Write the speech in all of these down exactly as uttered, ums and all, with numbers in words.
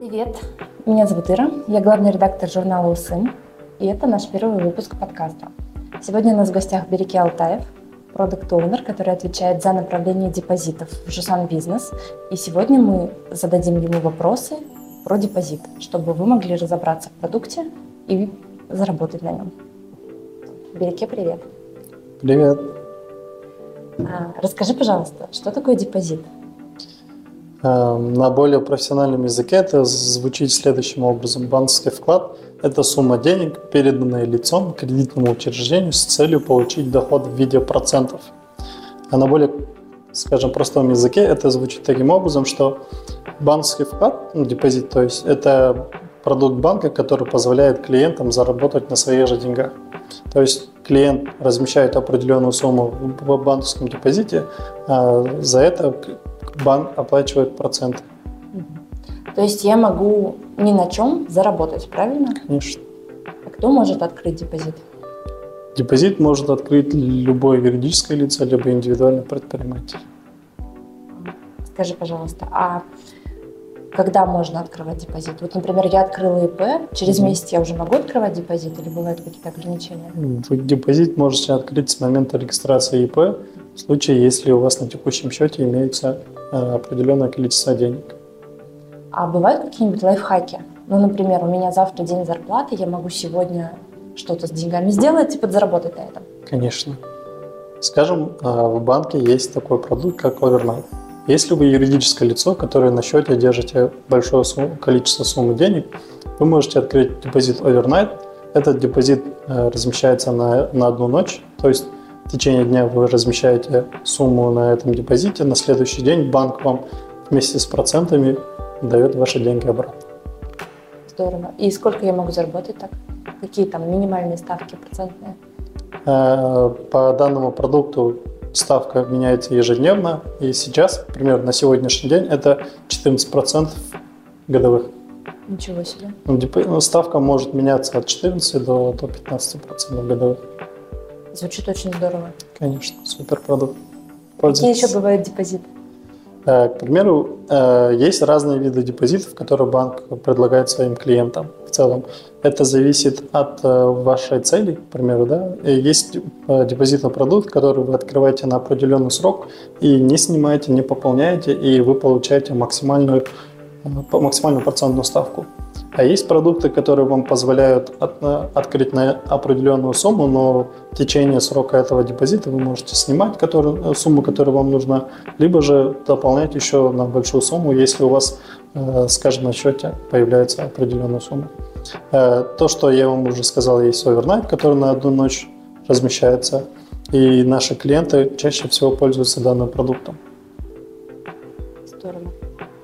Привет, меня зовут Ира, я главный редактор журнала УСИН, и это наш первый выпуск подкаста. Сегодня у нас в гостях Береке Алтаев, продакт-оунер, который отвечает за направление депозитов в Жусан Бизнес. И сегодня мы зададим ему вопросы про депозит, чтобы вы могли разобраться в продукте и заработать на нем. Береке, привет. Привет. А, расскажи, пожалуйста, что такое депозит? На более профессиональном языке это звучит следующим образом. Банковский вклад – это сумма денег, переданная лицом кредитному учреждению с целью получить доход в виде процентов. А на более, скажем, простом языке это звучит таким образом, что банковский вклад, ну, депозит, то есть это продукт банка, который позволяет клиентам заработать на своих же деньгах. То есть клиент размещает определенную сумму в банковском депозите, а за это банк оплачивает проценты. То есть я могу ни на чем заработать, правильно? Конечно. А кто может открыть депозит? Депозит может открыть любое юридическое лицо, либо индивидуальный предприниматель. Скажи, пожалуйста, а когда можно открывать депозит? Вот, например, я открыла ИП, через mm-hmm. месяц я уже могу открывать депозит или бывают какие-то ограничения? Вы депозит можете открыть с момента регистрации ИП, в случае, если у вас на текущем счете имеется определенное количество денег. А бывают какие-нибудь лайфхаки? Ну, например, у меня завтра день зарплаты, я могу сегодня что-то с деньгами сделать и подзаработать на этом? Конечно. Скажем, в банке есть такой продукт, как Overnight. Если вы юридическое лицо, которое на счете держите большое количество суммы денег, вы можете открыть депозит Overnight. Этот депозит размещается на, на одну ночь, то есть в течение дня вы размещаете сумму на этом депозите, на следующий день банк вам вместе с процентами дает ваши деньги обратно. Здорово. И сколько я могу заработать так? Какие там минимальные ставки процентные? По данному продукту ставка меняется ежедневно, и сейчас, например, на сегодняшний день это четырнадцать процентов годовых. Ничего себе. Ну, ставка может меняться от четырнадцати до, до пятнадцати процентов годовых. Звучит очень здорово. Конечно, суперпродукт. Какие еще бывают депозиты? К примеру, есть разные виды депозитов, которые банк предлагает своим клиентам в целом. Это зависит от вашей цели, к примеру, да. Есть депозитный продукт, который вы открываете на определенный срок и не снимаете, не пополняете, и вы получаете максимальную, максимальную процентную ставку. А есть продукты, которые вам позволяют от, открыть на определенную сумму, но в течение срока этого депозита вы можете снимать который, сумму, которая вам нужна, либо же дополнять еще на большую сумму, если у вас, скажем, на счете появляется определенная сумма. То, что я вам уже сказал, есть Overnight, который на одну ночь размещается, и наши клиенты чаще всего пользуются данным продуктом. Здорово.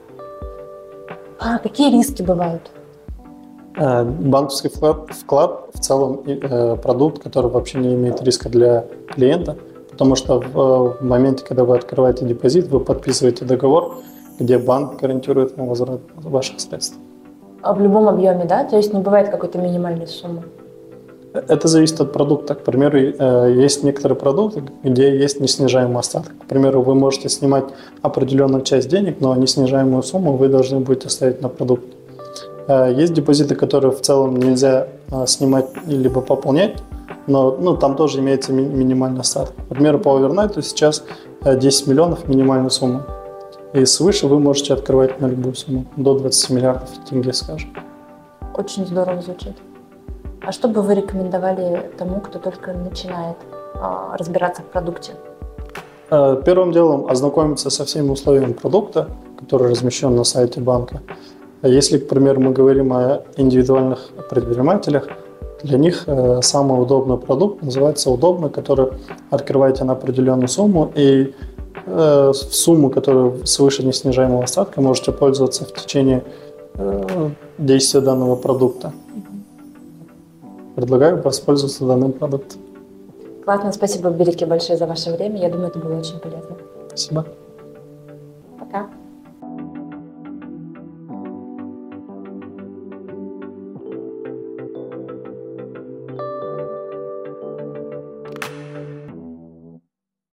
А какие риски бывают? Банковский вклад, вклад в целом э, продукт, который вообще не имеет риска для клиента, потому что в, в моменте, когда вы открываете депозит, вы подписываете договор, где банк гарантирует вам возврат ваших средств. А в любом объеме, да? То есть не бывает какой-то минимальной суммы? Это зависит от продукта. К примеру, э, есть некоторые продукты, где есть неснижаемый остаток. К примеру, вы можете снимать определенную часть денег, но неснижаемую сумму вы должны будете оставить на продукт. Есть депозиты, которые в целом нельзя снимать либо пополнять, но ну, там тоже имеется ми- минимальный остаток. Например, по Overnight сейчас десять миллионов минимальная сумма. И свыше вы можете открывать на любую сумму, до двадцати миллиардов тенге, скажем. Очень здорово звучит. А что бы вы рекомендовали тому, кто только начинает а, разбираться в продукте? Первым делом ознакомиться со всеми условиями продукта, который размещен на сайте банка. Если, к примеру, мы говорим о индивидуальных предпринимателях, для них э, самый удобный продукт называется удобный, который открываете на определенную сумму, и э, сумму, которую свыше неснижаемого остатка, можете пользоваться в течение э, действия данного продукта. Предлагаю воспользоваться данным продуктом. Классно, спасибо, Береке, большое за ваше время. Я думаю, это было очень полезно. Спасибо. Пока.